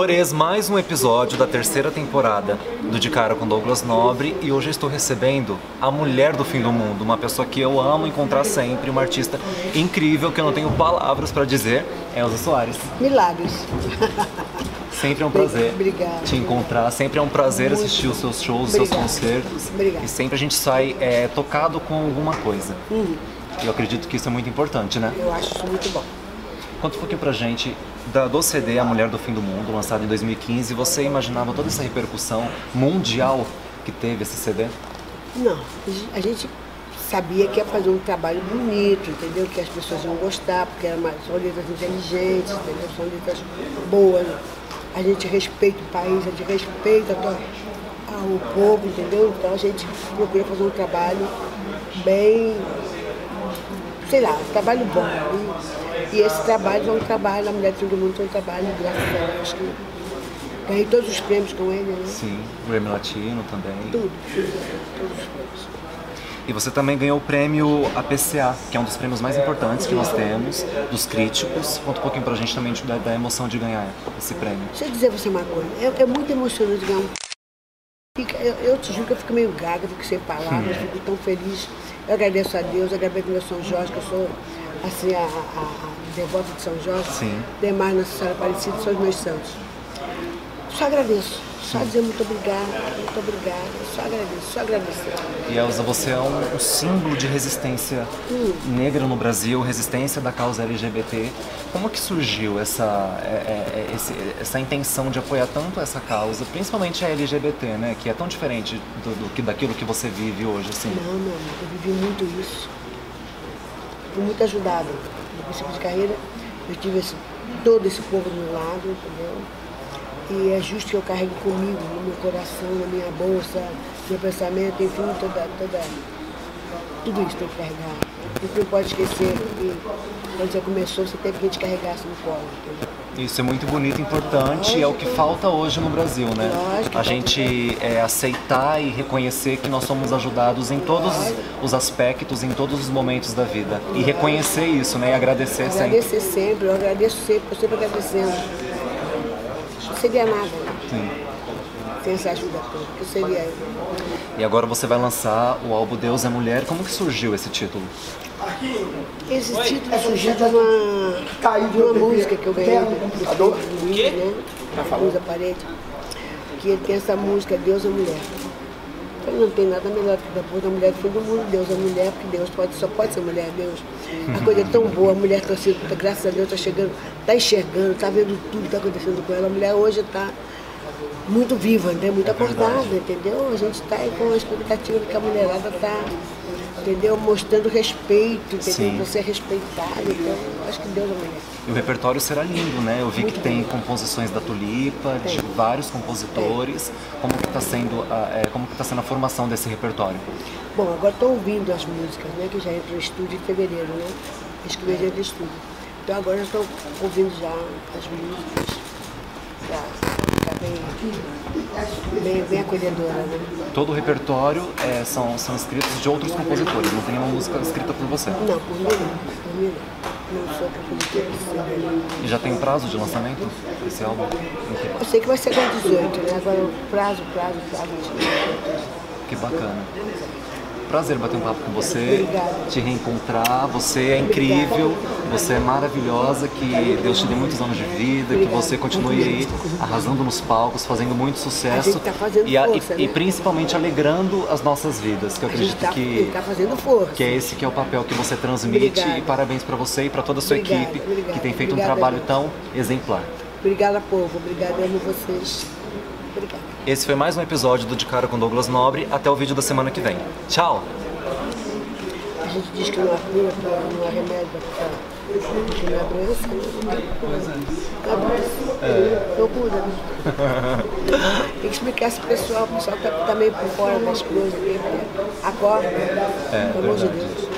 Amores, mais um episódio da terceira temporada do De Cara com Douglas Nobre, e hoje eu estou recebendo a mulher do fim do mundo, uma pessoa que eu amo encontrar sempre, uma artista incrível que eu não tenho palavras para dizer, Elza Soares. Milagres. Sempre é um prazer Obrigada. te encontrar, sempre é um prazer assistir os seus shows, os seus concertos. Obrigada. E sempre a gente sai tocado com alguma coisa. E eu acredito que isso é muito importante, né? Eu acho isso muito bom. Conta um pouquinho pra gente do CD A Mulher do Fim do Mundo, lançado em 2015. Você imaginava toda essa repercussão mundial que teve esse CD? Não, a gente sabia que ia fazer um trabalho bonito, entendeu? Que as pessoas iam gostar, porque são letras inteligentes, entendeu? São letras boas. A gente respeita o país, a gente respeita o povo, entendeu? Então a gente procura fazer um trabalho bem, sei lá, um trabalho bom. E esse trabalho é um trabalho, a Mulher do Fim do Mundo é um trabalho, graças a Deus, que ganhei todos os prêmios com ele, né? Sim, Grammy Latino também. Tudo, todos os prêmios. E você também ganhou o prêmio APCA, que é um dos prêmios mais importantes que nós temos, dos críticos. Conta um pouquinho pra gente também da emoção de ganhar esse prêmio. Deixa eu dizer a você uma coisa, é muito emocionante ganhar eu te juro que eu fico meio gaga, fico sem palavras, fico tão feliz. Eu agradeço a Deus, agradeço ao meu São Jorge, que eu sou assim, a devota de São Jorge. Sim. Demais, Nossa Senhora Aparecida, são os meus santos. Só agradeço, só dizer muito obrigada, só agradecer. E Elza, você é um símbolo de resistência negra no Brasil, resistência da causa LGBT. Como que surgiu essa intenção de apoiar tanto essa causa, principalmente a LGBT, né? Que é tão diferente daquilo que você vive hoje, assim? Não, eu vivi muito isso. Fui muito ajudada. No princípio de carreira, eu tive todo esse povo do meu lado, entendeu? E é justo que eu carregue comigo, no meu coração, na minha bolsa, no meu pensamento, enfim, tudo isso tem que carregar. Você não pode esquecer que quando você começou, você teve que te carregasse no colo, entendeu? Isso é muito bonito e importante, é o que falta hoje no Brasil, né? Lógico, a gente aceitar e reconhecer que nós somos ajudados em todos os aspectos, em todos os momentos da vida. E reconhecer isso, né? E agradecer sempre. Agradecer sempre, eu agradeço sempre, eu sempre agradecendo. Não seria nada, né? Sim. Sem essa ajuda toda, que seria eu. E agora você vai lançar o álbum Deus é Mulher. Como que surgiu esse título? Esse título surgiu de uma música que eu ganhei do Luiz, né? Luz da Parede. Que ele tem essa música, Deus é Mulher. Então não tem nada melhor do que depois da mulher do fim do mundo, Deus é mulher, porque Deus só pode ser mulher, Deus. A coisa é tão boa, a mulher está sendo, graças a Deus, está chegando, está enxergando, está vendo tudo que está acontecendo com ela. A mulher hoje está muito viva, né? Muito acordada, entendeu? A gente está aí com a expectativa de que a mulherada está, entendeu? Mostrando respeito, entendeu? Para ser respeitada. Então, acho que Deus é mulher. E o repertório será lindo, né? Eu vi que tem composições da Tulipa, de vários compositores. Como que está sendo a formação desse repertório? Bom, agora estou ouvindo as músicas, né? Que já entrou no estúdio em fevereiro, né? Escrevi dentro do estúdio. Então agora eu estou ouvindo já as músicas. Está bem acolhedora, né? Todo o repertório são escritos de outros compositores, não tem nenhuma música escrita por você? Não, por mim não. Não sou compositora. E já tem prazo de lançamento desse álbum? Eu sei que vai ser dia 18, né? Agora o prazo. Que bacana. Prazer bater um papo com você, Obrigada. te reencontrar. Você é incrível, você é maravilhosa, que Deus te dê muitos anos de vida, que você continue aí arrasando nos palcos, fazendo muito sucesso. A gente tá fazendo força, e né? principalmente alegrando as nossas vidas, que eu acredito Ele tá fazendo força. que é esse que é o papel que você transmite. Obrigada. E parabéns para você e para toda a sua equipe, que tem feito um trabalho tão exemplar. Obrigada, povo. Obrigada, amo vocês. Obrigada. Esse foi mais um episódio do De Cara com Douglas Nobre. Até o vídeo da semana que vem. Tchau! A gente diz que não há cura, não há remédio para não é doença. Pois é. Não é doença. Não cura, né? Tem que explicar esse pessoal, o pessoal que está meio por fora das coisas. Acorda, pelo amor de Deus.